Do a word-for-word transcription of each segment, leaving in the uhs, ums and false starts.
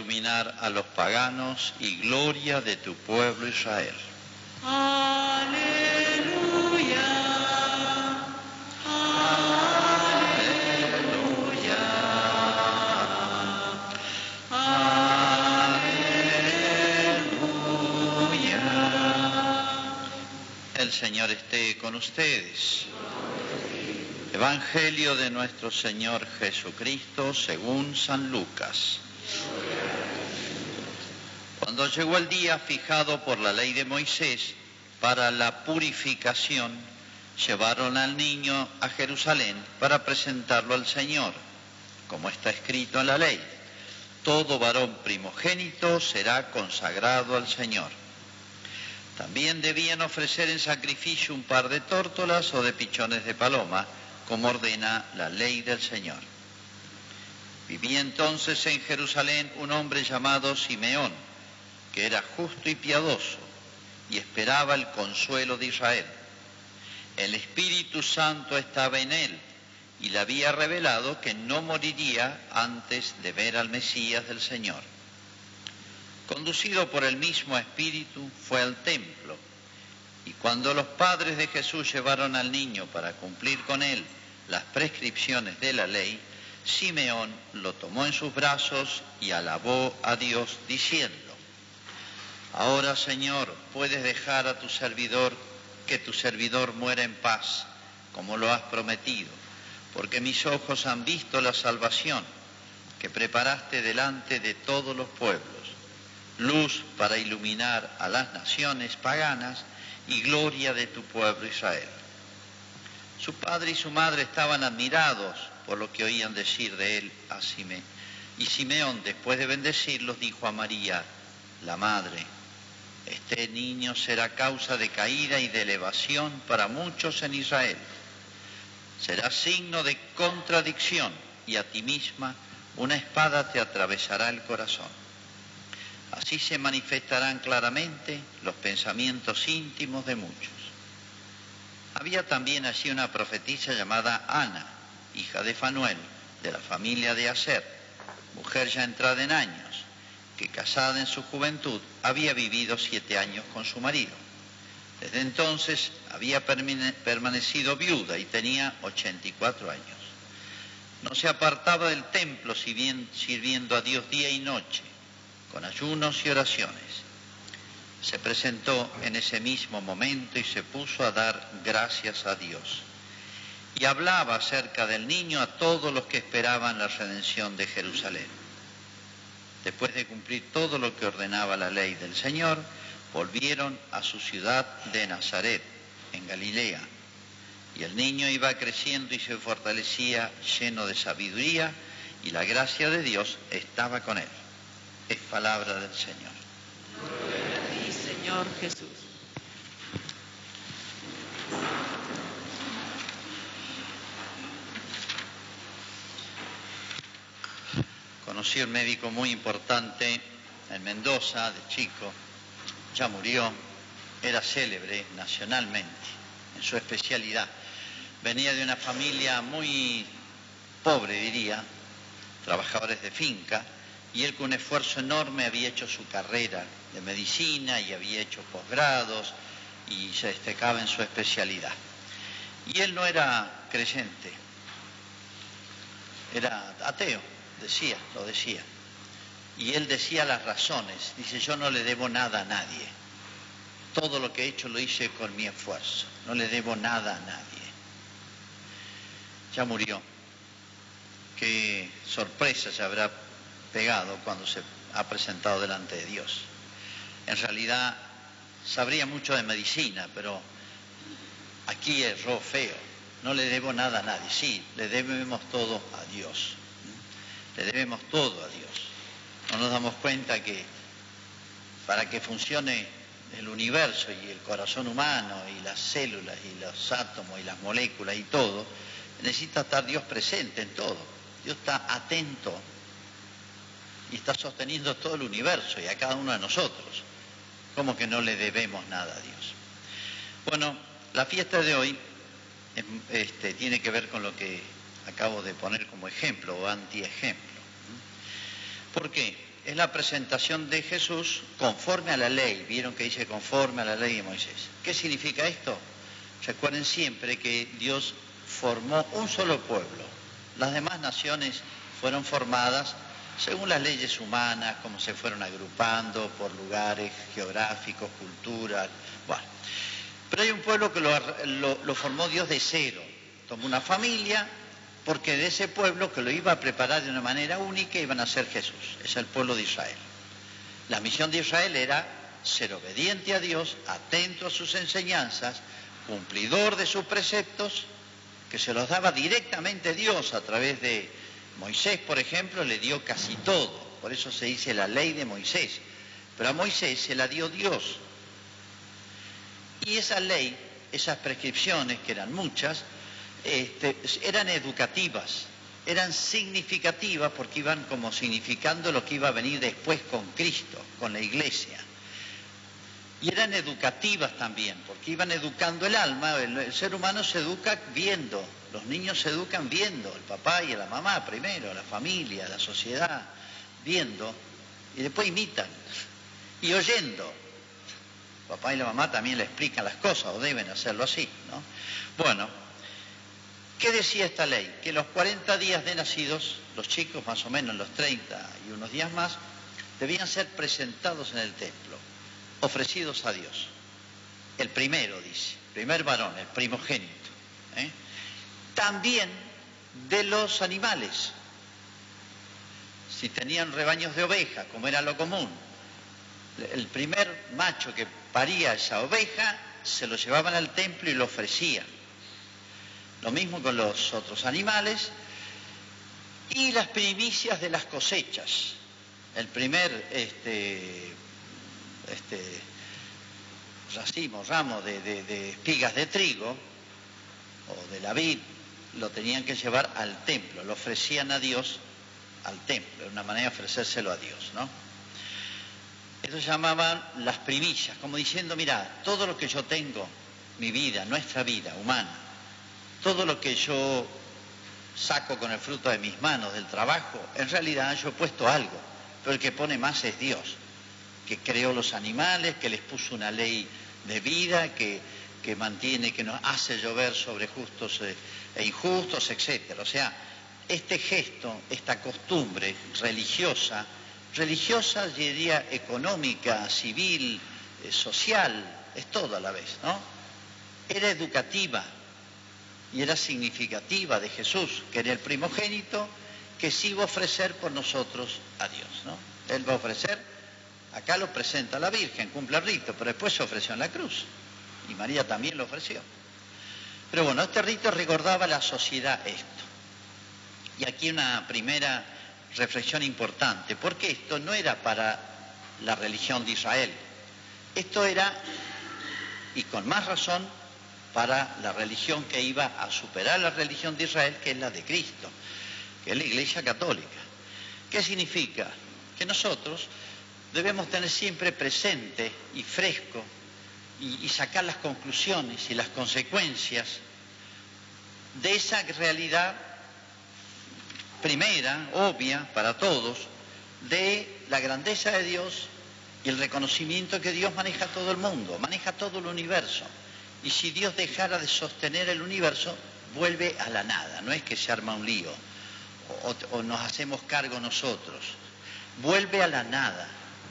iluminar a los paganos y gloria de tu pueblo Israel. Aleluya. Aleluya. Aleluya. El Señor esté con ustedes. Evangelio de nuestro Señor Jesucristo según San Lucas. Cuando llegó el día fijado por la ley de Moisés para la purificación, llevaron al niño a Jerusalén para presentarlo al Señor, como está escrito en la ley. Todo varón primogénito será consagrado al Señor. También debían ofrecer en sacrificio un par de tórtolas o de pichones de paloma, como ordena la ley del Señor. Vivía entonces en Jerusalén un hombre llamado Simeón, que era justo y piadoso, y esperaba el consuelo de Israel. El Espíritu Santo estaba en él, y le había revelado que no moriría antes de ver al Mesías del Señor. Conducido por el mismo Espíritu, fue al templo, y cuando los padres de Jesús llevaron al niño para cumplir con él las prescripciones de la ley, Simeón lo tomó en sus brazos y alabó a Dios diciendo: Ahora, Señor, puedes dejar a tu servidor, que tu servidor muera en paz, como lo has prometido, porque mis ojos han visto la salvación que preparaste delante de todos los pueblos, luz para iluminar a las naciones paganas y gloria de tu pueblo Israel. Su padre y su madre estaban admirados por lo que oían decir de él a Simeón. Y Simeón, después de bendecirlos, dijo a María, la madre: Este niño será causa de caída y de elevación para muchos en Israel. Será signo de contradicción, y a ti misma una espada te atravesará el corazón. Así se manifestarán claramente los pensamientos íntimos de muchos. Había también allí una profetisa llamada Ana, hija de Fanuel, de la familia de Aser, mujer ya entrada en años, que casada en su juventud había vivido siete años con su marido. Desde entonces había permanecido viuda y tenía ochenta y cuatro años. No se apartaba del templo sirviendo a Dios día y noche, con ayunos y oraciones. Se presentó en ese mismo momento y se puso a dar gracias a Dios. Y hablaba acerca del niño a todos los que esperaban la redención de Jerusalén. Después de cumplir todo lo que ordenaba la ley del Señor, volvieron a su ciudad de Nazaret, en Galilea. Y el niño iba creciendo y se fortalecía lleno de sabiduría, y la gracia de Dios estaba con él. Es palabra del Señor. Gloria a ti, Señor Jesús. Conocí a un médico muy importante en Mendoza, de chico, ya murió, era célebre nacionalmente en su especialidad. Venía de una familia muy pobre, diría, trabajadores de finca, y él con un esfuerzo enorme había hecho su carrera de medicina y había hecho posgrados y se destacaba en su especialidad. Y él no era creyente, era ateo, decía, lo decía. Y él decía las razones, dice: yo no le debo nada a nadie. Todo lo que he hecho lo hice con mi esfuerzo, no le debo nada a nadie. Ya murió. Qué sorpresa se habrá pegado cuando se ha presentado delante de Dios. En realidad sabría mucho de medicina, pero aquí erró feo. No le debo nada a nadie. Sí, le debemos todo a Dios. Le debemos todo a Dios. No nos damos cuenta que para que funcione el universo y el corazón humano y las células y los átomos y las moléculas y todo, necesita estar Dios presente en todo. Dios está atento y está sosteniendo todo el universo y a cada uno de nosotros. ¿Cómo que no le debemos nada a Dios? Bueno, la fiesta de hoy este, tiene que ver con lo que acabo de poner como ejemplo o antiejemplo. ¿Por qué? es la presentación de Jesús conforme a la ley. Vieron que dice conforme a la ley de Moisés. ¿Qué significa esto? Recuerden siempre que Dios formó un solo pueblo. Las demás naciones fueron formadas según las leyes humanas, como se fueron agrupando por lugares geográficos, culturas, bueno. Pero hay un pueblo que lo, lo, lo formó Dios de cero. Tomó una familia, porque de ese pueblo que lo iba a preparar de una manera única iban a ser Jesús. Es el pueblo de Israel. La misión de Israel era ser obediente a Dios, atento a sus enseñanzas, cumplidor de sus preceptos, que se los daba directamente Dios a través de Moisés, por ejemplo, le dio casi todo. Por eso se dice la ley de Moisés. Pero a Moisés se la dio Dios. Y esa ley, esas prescripciones, que eran muchas, este, eran educativas, eran significativas porque iban como significando lo que iba a venir después con Cristo, con la iglesia. Y eran educativas también, porque iban educando el alma. El, el ser humano se educa viendo, los niños se educan viendo, el papá y la mamá primero, la familia, la sociedad, viendo, y después imitan, y oyendo. El papá y la mamá también le explican las cosas, o deben hacerlo así, ¿no? Bueno, ¿qué decía esta ley? Que los cuarenta días de nacidos, los chicos más o menos los treinta y unos días más, debían ser presentados en el templo, ofrecidos a Dios. El primero, dice, primer varón, el primogénito. ¿eh? También de los animales. Si tenían rebaños de ovejas, como era lo común, el primer macho que paría esa oveja, se lo llevaban al templo y lo ofrecían. Lo mismo con los otros animales. Y las primicias de las cosechas. El primer este, este, racimo, ramo de, de, de espigas de trigo o de la vid, lo tenían que llevar al templo, lo ofrecían a Dios al templo, una manera de ofrecérselo a Dios, ¿no? Eso llamaban las primicias, como diciendo, mira, todo lo que yo tengo, mi vida, nuestra vida humana, todo lo que yo saco con el fruto de mis manos, del trabajo, en realidad yo he puesto algo, pero el que pone más es Dios, que creó los animales, que les puso una ley de vida, que, que mantiene, que nos hace llover sobre justos e injustos, etcétera. O sea, este gesto, esta costumbre religiosa, religiosa, yo diría económica, civil, eh, social, es todo a la vez, ¿no? Era educativa y era significativa de Jesús, que era el primogénito, que sí iba a ofrecer por nosotros a Dios, ¿no? Él va a ofrecer, acá lo presenta la Virgen, cumple el rito, pero después se ofreció en la cruz, y María también lo ofreció. Pero bueno, este rito recordaba a la sociedad esto. Y aquí una primera reflexión importante, porque esto no era para la religión de Israel, esto era, y con más razón, para la religión que iba a superar la religión de Israel, que es la de Cristo, que es la Iglesia Católica. ¿Qué significa? Que nosotros debemos tener siempre presente y fresco y, y sacar las conclusiones y las consecuencias de esa realidad primera, obvia para todos, de la grandeza de Dios y el reconocimiento que Dios maneja todo el mundo, maneja todo el universo. Y si Dios dejara de sostener el universo, vuelve a la nada, no es que se arma un lío o, o nos hacemos cargo nosotros, vuelve a la nada,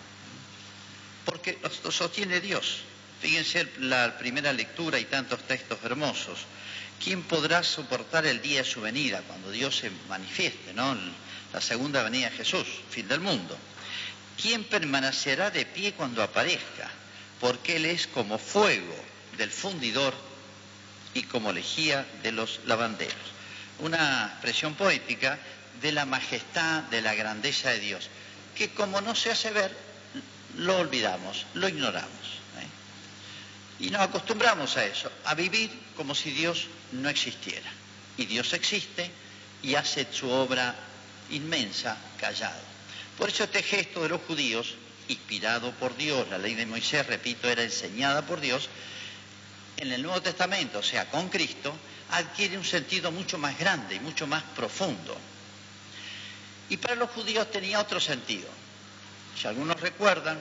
porque lo sostiene Dios. Fíjense la primera lectura y tantos textos hermosos. ¿Quién podrá soportar el día de su venida, cuando Dios se manifieste, ¿no? La segunda venida de Jesús, fin del mundo. ¿Quién permanecerá de pie cuando aparezca? Porque Él es como fuego del fundidor y como lejía de los lavanderos. Una expresión poética de la majestad, de la grandeza de Dios, que como no se hace ver, lo olvidamos, lo ignoramos. ¿eh? Y nos acostumbramos a eso, a vivir como si Dios no existiera. Y Dios existe y hace su obra inmensa callado. Por eso este gesto de los judíos, inspirado por Dios, la ley de Moisés, repito, era enseñada por Dios, en el Nuevo Testamento, o sea, con Cristo, adquiere un sentido mucho más grande y mucho más profundo. Y para los judíos tenía otro sentido. Si algunos recuerdan,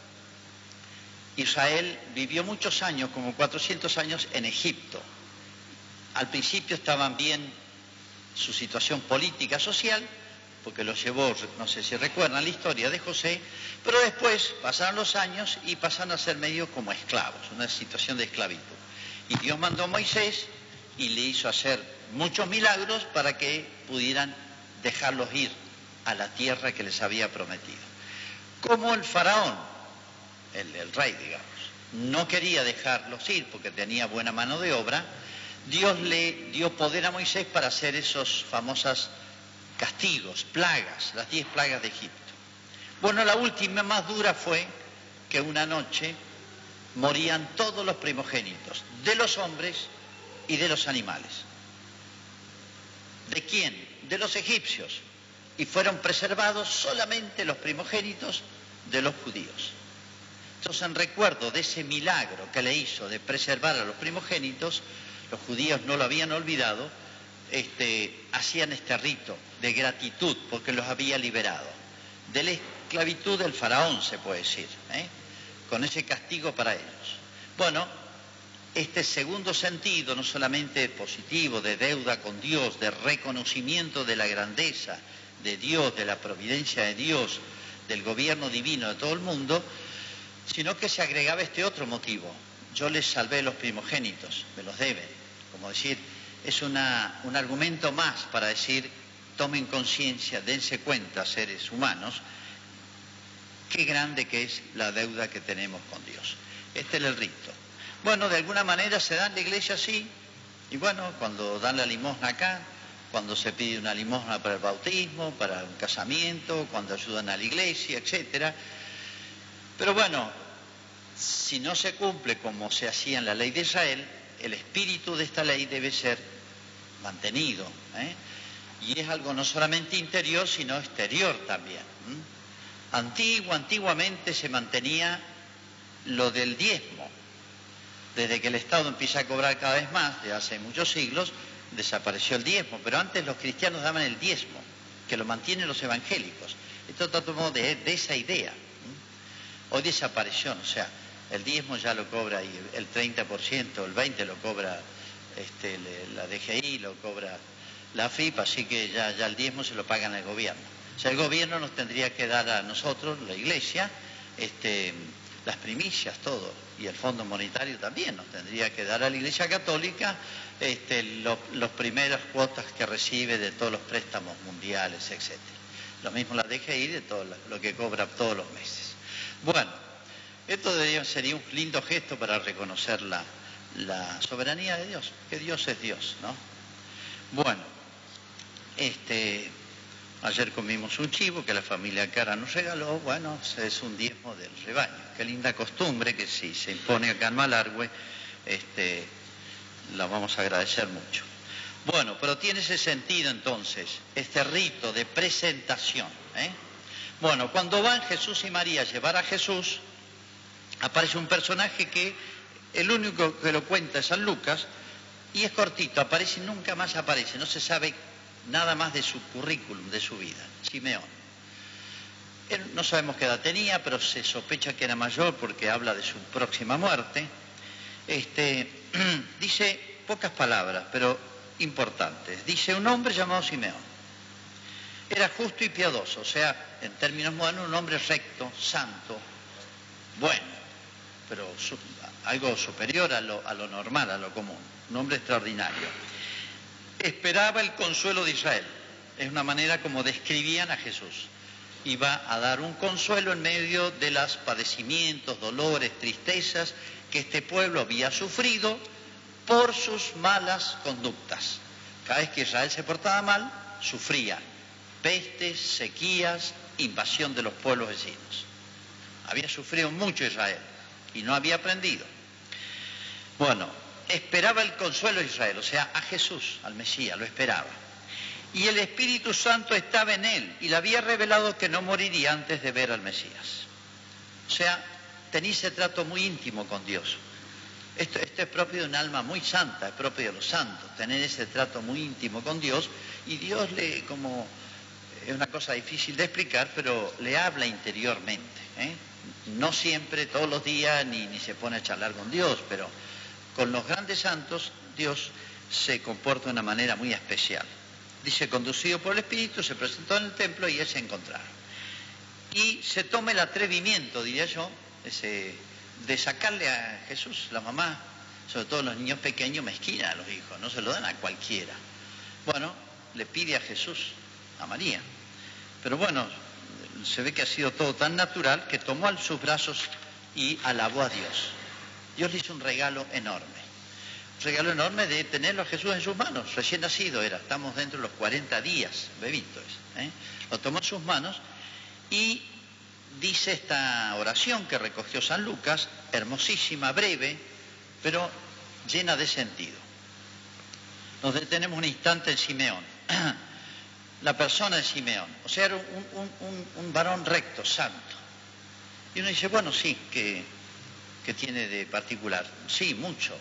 Israel vivió muchos años, como cuatrocientos años, en Egipto. Al principio estaban bien su situación política, social, porque los llevó, no sé si recuerdan la historia de José, pero después pasaron los años y pasaron a ser medio como esclavos, una situación de esclavitud. Y Dios mandó a Moisés y le hizo hacer muchos milagros para que pudieran dejarlos ir a la tierra que les había prometido. Como el faraón, el, el rey, digamos, no quería dejarlos ir porque tenía buena mano de obra, Dios le dio poder a Moisés para hacer esos famosos castigos, plagas, las diez plagas de Egipto. Bueno, la última más dura fue que una noche morían todos los primogénitos, de los hombres y de los animales. ¿De quién? De los egipcios. Y fueron preservados solamente los primogénitos de los judíos. Entonces, en recuerdo de ese milagro que le hizo de preservar a los primogénitos, los judíos no lo habían olvidado, este, hacían este rito de gratitud porque los había liberado de la esclavitud del faraón, se puede decir, ¿eh? Con ese castigo para ellos. Bueno, este segundo sentido, no solamente positivo, de deuda con Dios, de reconocimiento de la grandeza de Dios, de la providencia de Dios, del gobierno divino de todo el mundo, sino que se agregaba este otro motivo. Yo les salvé los primogénitos, me los deben. Como decir, es una, un argumento más para decir, tomen conciencia, dense cuenta, seres humanos, qué grande que es la deuda que tenemos con Dios. Este es el rito. Bueno, de alguna manera se da en la iglesia así, y bueno, cuando dan la limosna acá, cuando se pide una limosna para el bautismo, para un casamiento, cuando ayudan a la iglesia, etcétera. Pero bueno, si no se cumple como se hacía en la ley de Israel, el espíritu de esta ley debe ser mantenido, ¿eh? Y es algo no solamente interior, sino exterior también. ¿eh? Antiguo, antiguamente se mantenía lo del diezmo. Desde que el Estado empieza a cobrar cada vez más, de hace muchos siglos, desapareció el diezmo, pero antes los cristianos daban el diezmo, que lo mantienen los evangélicos. Esto está tomado de, de esa idea. Hoy desapareció, o sea, el diezmo ya lo cobra el treinta por ciento, el veinte por ciento lo cobra este, la D G I, lo cobra la F I P, así que ya, ya el diezmo se lo pagan al gobierno. O sea, el gobierno nos tendría que dar a nosotros, la iglesia, este, las primicias, todo, y el Fondo Monetario también nos tendría que dar a la Iglesia Católica este, lo, los primeras cuotas que recibe de todos los préstamos mundiales, etcétera. Lo mismo la D G I de todo lo que cobra todos los meses. Bueno, esto debería, sería un lindo gesto para reconocer la, la soberanía de Dios, que Dios es Dios, ¿no? Bueno, este... ayer comimos un chivo que la familia Cara nos regaló, bueno, es un diezmo del rebaño. Qué linda costumbre que si se impone acá en Malargüe, este, la vamos a agradecer mucho. Bueno, pero tiene ese sentido entonces, este rito de presentación. ¿eh? Bueno, cuando van Jesús y María a llevar a Jesús, aparece un personaje que el único que lo cuenta es San Lucas, y es cortito, aparece y nunca más aparece, no se sabe nada más de su currículum, de su vida, Simeón. Él, no sabemos qué edad tenía, pero se sospecha que era mayor porque habla de su próxima muerte. Este, dice pocas palabras, pero importantes. Dice, un hombre llamado Simeón. Era justo y piadoso, o sea, en términos modernos, un hombre recto, santo, bueno, pero su, algo superior a lo, a lo normal, a lo común. Un hombre extraordinario. Esperaba el consuelo de Israel. Es una manera como describían a Jesús. Iba a dar un consuelo en medio de los padecimientos, dolores, tristezas que este pueblo había sufrido por sus malas conductas. Cada vez que Israel se portaba mal, sufría pestes, sequías, invasión de los pueblos vecinos. Había sufrido mucho Israel y no había aprendido. Bueno, esperaba el consuelo de Israel, o sea, a Jesús, al Mesías, lo esperaba. Y el Espíritu Santo estaba en él y le había revelado que no moriría antes de ver al Mesías. O sea, tenía ese trato muy íntimo con Dios. Esto, esto es propio de un alma muy santa, es propio de los santos, tener ese trato muy íntimo con Dios, y Dios le como es una cosa difícil de explicar, pero le habla interiormente, ¿eh? No siempre, todos los días, ni, ni se pone a charlar con Dios, pero con los grandes santos Dios se comporta de una manera muy especial. Dice, conducido por el Espíritu, se presentó en el templo y él se encontraron. Y se toma el atrevimiento, diría yo, ese, de sacarle a Jesús, la mamá, sobre todo los niños pequeños, mezquina a los hijos, no se lo dan a cualquiera. Bueno, le pide a Jesús, a María. Pero bueno, se ve que ha sido todo tan natural que tomó a sus brazos y alabó a Dios. Dios le hizo un regalo enorme. Un regalo enorme de tenerlo a Jesús en sus manos. Recién nacido era, estamos dentro de los cuarenta días, bebito es, ¿eh? Lo tomó en sus manos y dice esta oración que recogió San Lucas, hermosísima, breve, pero llena de sentido. Nos detenemos un instante en Simeón. La persona de Simeón, o sea, era un, un, un, un varón recto, santo. Y uno dice, bueno, sí, ¿qué, qué tiene de particular? Sí, mucho.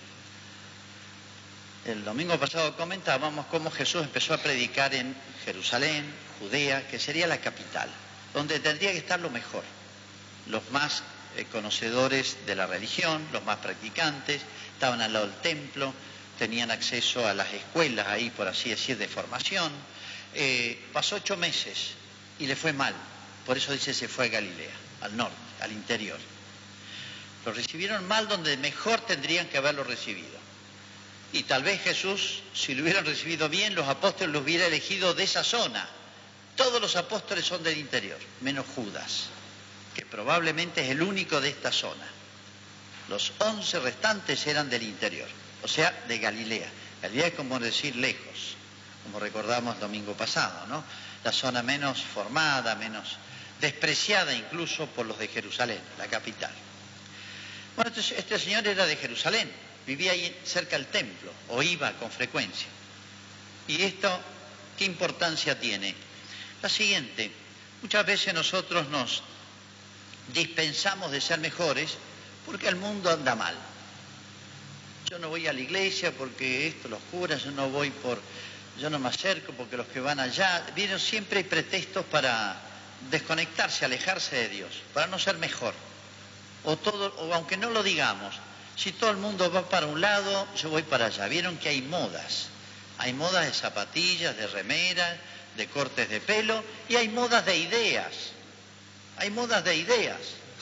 El domingo pasado comentábamos cómo Jesús empezó a predicar en Jerusalén, Judea, que sería la capital, donde tendría que estar lo mejor, los más eh, conocedores de la religión, los más practicantes, estaban al lado del templo, tenían acceso a las escuelas ahí, por así decir, de formación. Eh, pasó ocho meses y le fue mal, por eso dice se fue a Galilea, al norte, al interior. Lo recibieron mal donde mejor tendrían que haberlo recibido. Y tal vez Jesús, si lo hubieran recibido bien, los apóstoles lo hubiera elegido de esa zona. Todos los apóstoles son del interior, menos Judas, que probablemente es el único de esta zona. Los once restantes eran del interior, o sea, de Galilea. Galilea es como decir lejos, como recordamos el domingo pasado, ¿no? La zona menos formada, menos despreciada incluso por los de Jerusalén, la capital. Bueno, este, este señor era de Jerusalén, vivía ahí cerca del templo, o iba con frecuencia. ¿Y esto qué importancia tiene? La siguiente, muchas veces nosotros nos dispensamos de ser mejores porque el mundo anda mal. Yo no voy a la iglesia porque esto, los curas, yo no voy por... Yo no me acerco porque los que van allá, vienen, siempre hay pretextos para desconectarse, alejarse de Dios, para no ser mejor. O todo, o aunque no lo digamos, si todo el mundo va para un lado, yo voy para allá. Vieron que hay modas. Hay modas de zapatillas, de remeras, de cortes de pelo, y hay modas de ideas. Hay modas de ideas.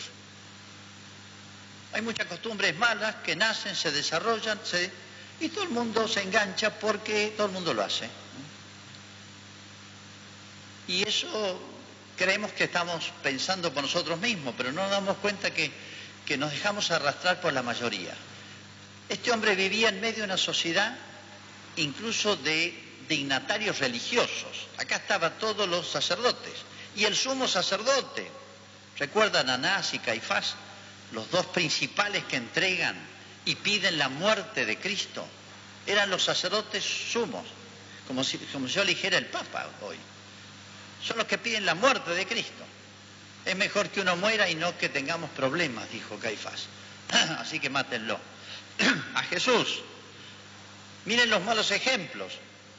Hay muchas costumbres malas que nacen, se desarrollan, se... y todo el mundo se engancha porque todo el mundo lo hace. Y eso creemos que estamos pensando por nosotros mismos, pero no nos damos cuenta que, que nos dejamos arrastrar por la mayoría. Este hombre vivía en medio de una sociedad incluso de dignatarios religiosos. Acá estaban todos los sacerdotes y el sumo sacerdote. ¿Recuerdan a Anás y Caifás? Los dos principales que entregan y piden la muerte de Cristo. Eran los sacerdotes sumos, como si, como si yo le dijera el Papa hoy. Son los que piden la muerte de Cristo. Es mejor que uno muera y no que tengamos problemas, dijo Caifás. Así que mátenlo. A Jesús, miren los malos ejemplos,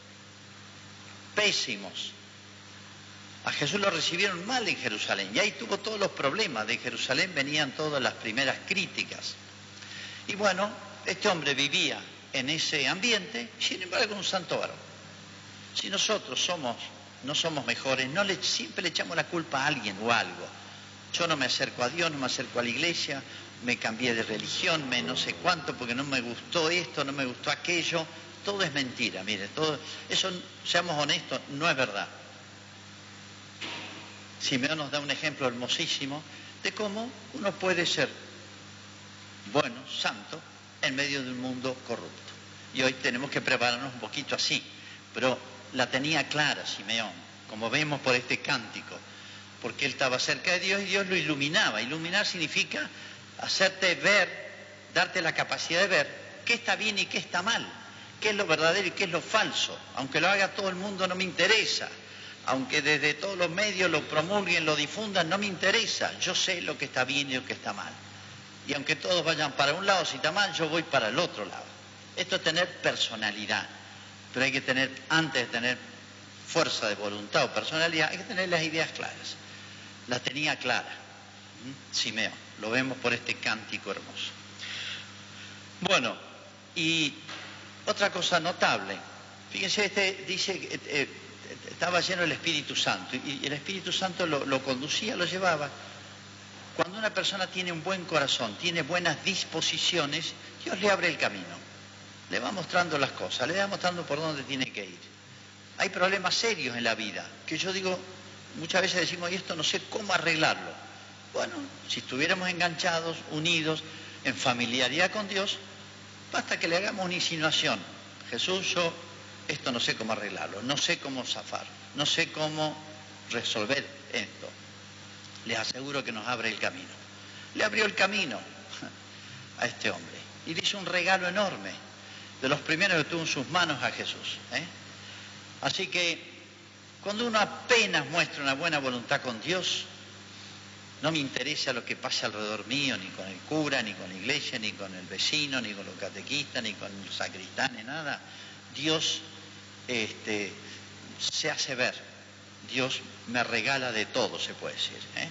pésimos. A Jesús lo recibieron mal en Jerusalén y ahí tuvo todos los problemas. De Jerusalén venían todas las primeras críticas. Y bueno, este hombre vivía en ese ambiente, sin embargo, un santo varón. Si nosotros somos, no somos mejores, no le, siempre le echamos la culpa a alguien o a algo. Yo no me acerco a Dios, no me acerco a la iglesia, me cambié de religión, me no sé cuánto, porque no me gustó esto, no me gustó aquello. Todo es mentira, mire, todo eso, seamos honestos, no es verdad. Simeón nos da un ejemplo hermosísimo de cómo uno puede ser bueno, santo, en medio de un mundo corrupto. Y hoy tenemos que prepararnos un poquito así, pero la tenía clara Simeón, como vemos por este cántico, porque él estaba cerca de Dios y Dios lo iluminaba. Iluminar significa hacerte ver, darte la capacidad de ver qué está bien y qué está mal, qué es lo verdadero y qué es lo falso. Aunque lo haga todo el mundo no me interesa, aunque desde todos los medios lo promulguen, lo difundan, no me interesa. Yo sé lo que está bien y lo que está mal. Y aunque todos vayan para un lado, si está mal, yo voy para el otro lado. Esto es tener personalidad. Pero hay que tener, antes de tener fuerza de voluntad o personalidad, hay que tener las ideas claras. La tenía clara, ¿Mm? Simeón, lo vemos por este cántico hermoso. Bueno, y otra cosa notable, fíjense, este dice que eh, estaba lleno del Espíritu Santo, y el Espíritu Santo lo, lo conducía, lo llevaba. Cuando una persona tiene un buen corazón, tiene buenas disposiciones, Dios le abre el camino, le va mostrando las cosas, le va mostrando por dónde tiene que ir. Hay problemas serios en la vida, que yo digo, muchas veces decimos, y esto no sé cómo arreglarlo. Bueno, si estuviéramos enganchados, unidos, en familiaridad con Dios, basta que le hagamos una insinuación. Jesús, yo esto no sé cómo arreglarlo, no sé cómo zafar, no sé cómo resolver esto. Les aseguro que nos abre el camino. Le abrió el camino a este hombre y le hizo un regalo enorme, de los primeros que tuvo en sus manos a Jesús, ¿eh? Así que cuando uno apenas muestra una buena voluntad con Dios, no me interesa lo que pase alrededor mío, ni con el cura, ni con la iglesia, ni con el vecino, ni con los catequistas, ni con los sacristanes, nada. Dios este, se hace ver. Dios me regala de todo, se puede decir, ¿eh?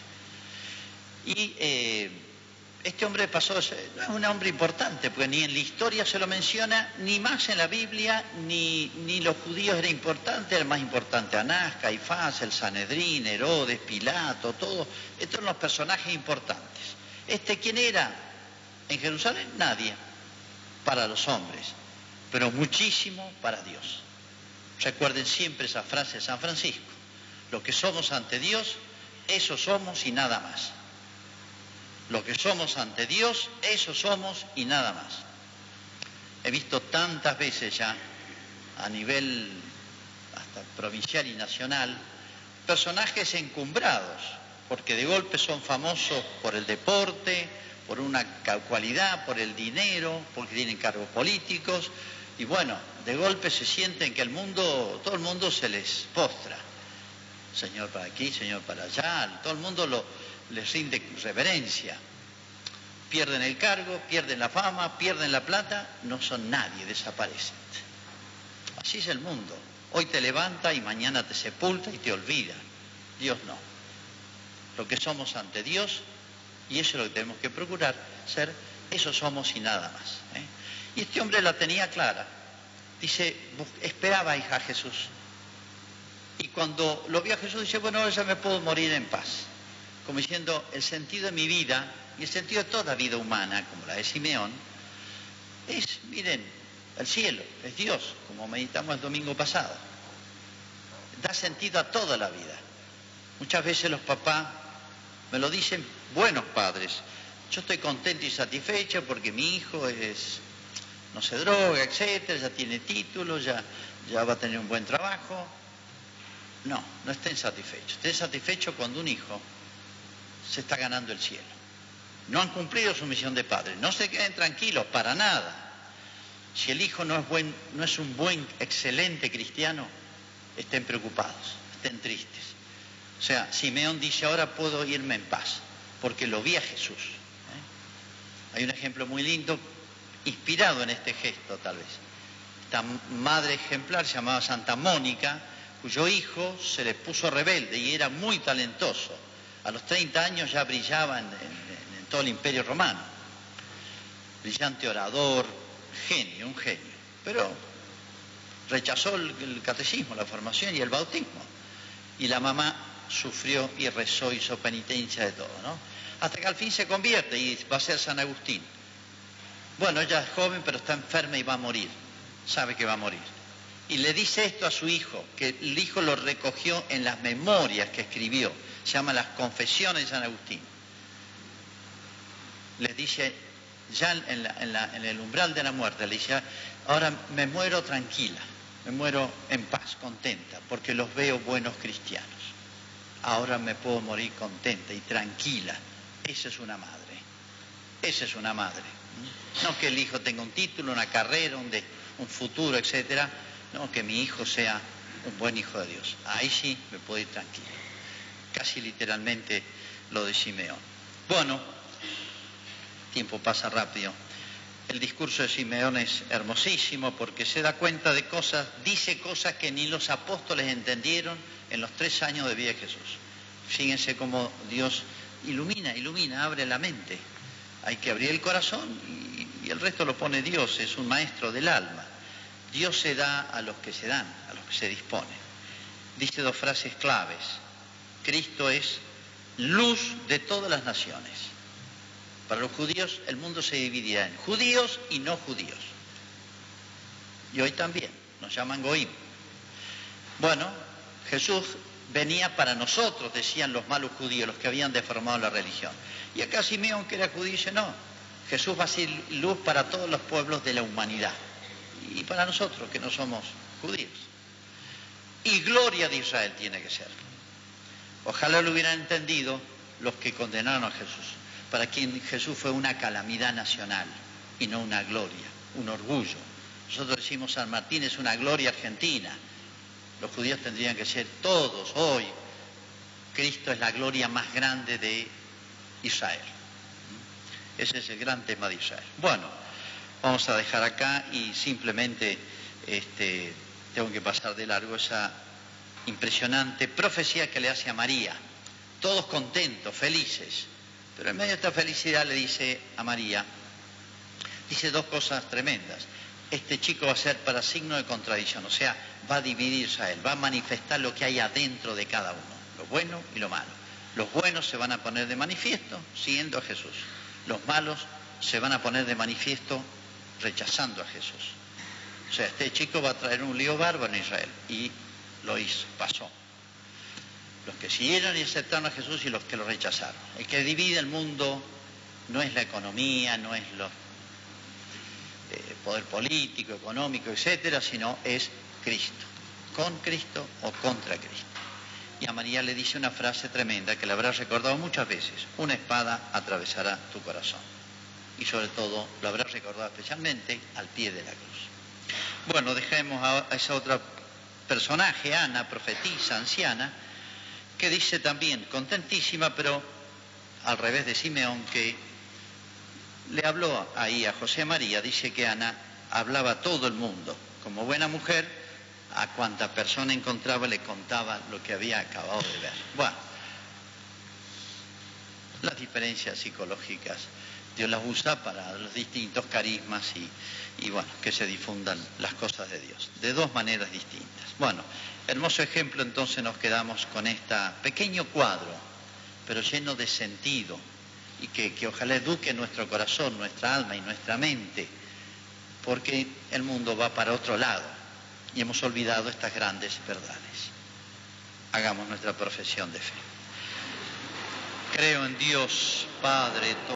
Y eh, este hombre pasó, no es un hombre importante, porque ni en la historia se lo menciona, ni más en la Biblia, ni, ni los judíos era importante, era más importante Anás, Caifás, el Sanedrín, Herodes, Pilato, todo. Estos son los personajes importantes. ¿Este quién era? En Jerusalén nadie, para los hombres, pero muchísimo para Dios. Recuerden siempre esa frase de San Francisco: lo que somos ante Dios, eso somos y nada más. Lo que somos ante Dios, eso somos y nada más. He visto tantas veces ya, a nivel hasta provincial y nacional, personajes encumbrados, porque de golpe son famosos por el deporte, por una cualidad, por el dinero, porque tienen cargos políticos, y bueno, de golpe se sienten que el mundo, todo el mundo se les postra. Señor para aquí, Señor para allá, todo el mundo lo, les rinde reverencia. Pierden el cargo, pierden la fama, pierden la plata, no son nadie, desaparecen. Así es el mundo. Hoy te levanta y mañana te sepulta y te olvida. Dios no. Lo que somos ante Dios, y eso es lo que tenemos que procurar ser, eso somos y nada más, ¿eh? Y este hombre la tenía clara. Dice, esperaba a Jesús. Y cuando lo vio a Jesús, dice, bueno, ahora ya me puedo morir en paz. Como diciendo, el sentido de mi vida, y el sentido de toda vida humana, como la de Simeón, es, miren, el cielo, es Dios, como meditamos el domingo pasado. Da sentido a toda la vida. Muchas veces los papás me lo dicen, buenos padres, yo estoy contento y satisfecho porque mi hijo es, no se droga, etcétera, ya tiene título, ya, ya va a tener un buen trabajo. No, no estén satisfechos. Estén satisfechos cuando un hijo se está ganando el cielo. No han cumplido su misión de padre. No se queden tranquilos, para nada. Si el hijo no es, buen, no es un buen, excelente cristiano, estén preocupados, estén tristes. O sea, Simeón dice, ahora puedo irme en paz, porque lo vi a Jesús, ¿eh? Hay un ejemplo muy lindo, inspirado en este gesto tal vez. Esta madre ejemplar se llamaba Santa Mónica, cuyo hijo se le puso rebelde y era muy talentoso. A los treinta años ya brillaba en, en, en todo el Imperio Romano. Brillante orador, genio, un genio. Pero rechazó el, el catecismo, la formación y el bautismo. Y la mamá sufrió y rezó, hizo penitencia de todo, ¿no? Hasta que al fin se convierte y va a ser San Agustín. Bueno, ella es joven, pero está enferma y va a morir. Sabe que va a morir. Y le dice esto a su hijo, que el hijo lo recogió en las memorias que escribió, se llaman las Confesiones de San Agustín. Le dice, ya en, la, en, la, en el umbral de la muerte, le dice, ahora me muero tranquila, me muero en paz, contenta, porque los veo buenos cristianos. Ahora me puedo morir contenta y tranquila. Esa es una madre, esa es una madre. No que el hijo tenga un título, una carrera, un, de, un futuro, etcétera. No, que mi hijo sea un buen hijo de Dios. Ahí sí me puedo ir tranquilo. Casi literalmente lo de Simeón. Bueno, el tiempo pasa rápido. El discurso de Simeón es hermosísimo porque se da cuenta de cosas, dice cosas que ni los apóstoles entendieron en los tres años de vida de Jesús. Fíjense cómo Dios ilumina, ilumina, abre la mente. Hay que abrir el corazón y, y el resto lo pone Dios, es un maestro del alma. Dios se da a los que se dan, a los que se disponen. Dice dos frases claves. Cristo es luz de todas las naciones. Para los judíos el mundo se dividirá en judíos y no judíos. Y hoy también, nos llaman Goim. Bueno, Jesús venía para nosotros, decían los malos judíos, los que habían deformado la religión. Y acá Simeón, que era judío, dice, no, Jesús va a ser luz para todos los pueblos de la humanidad. Y para nosotros, que no somos judíos. Y gloria de Israel tiene que ser. Ojalá lo hubieran entendido los que condenaron a Jesús, para quien Jesús fue una calamidad nacional y no una gloria, un orgullo. Nosotros decimos San Martín es una gloria argentina. Los judíos tendrían que ser todos hoy. Cristo es la gloria más grande de Israel. Ese es el gran tema de Israel. Bueno, vamos a dejar acá y simplemente este, tengo que pasar de largo esa impresionante profecía que le hace a María. Todos contentos, felices. Pero en medio de esta felicidad le dice a María, dice dos cosas tremendas. Este chico va a ser para signo de contradicción, o sea, va a dividir Israel, va a manifestar lo que hay adentro de cada uno, lo bueno y lo malo. Los buenos se van a poner de manifiesto siguiendo a Jesús. Los malos se van a poner de manifiesto rechazando a Jesús. O sea, este chico va a traer un lío bárbaro en Israel. Y lo hizo, pasó. Los que siguieron y aceptaron a Jesús y los que lo rechazaron. El que divide el mundo no es la economía, no es el eh, poder político, económico, etcétera, sino es Cristo. Con Cristo o contra Cristo. Y a María le dice una frase tremenda que la habrás recordado muchas veces. Una espada atravesará tu corazón. Y sobre todo lo habrás recordado especialmente al pie de la cruz. Bueno, dejemos a esa otra personaje, Ana, profetisa, anciana, que dice también, contentísima, pero al revés de Simeón, que le habló ahí a José María, dice que Ana hablaba a todo el mundo. Como buena mujer, a cuanta persona encontraba le contaba lo que había acabado de ver. Bueno, las diferencias psicológicas Dios las usa para los distintos carismas y, y bueno, que se difundan las cosas de Dios, de dos maneras distintas. Bueno, hermoso ejemplo, entonces nos quedamos con este pequeño cuadro, pero lleno de sentido, y que, que ojalá eduque nuestro corazón, nuestra alma y nuestra mente, porque el mundo va para otro lado, y hemos olvidado estas grandes verdades. Hagamos nuestra profesión de fe. Creo en Dios, Padre,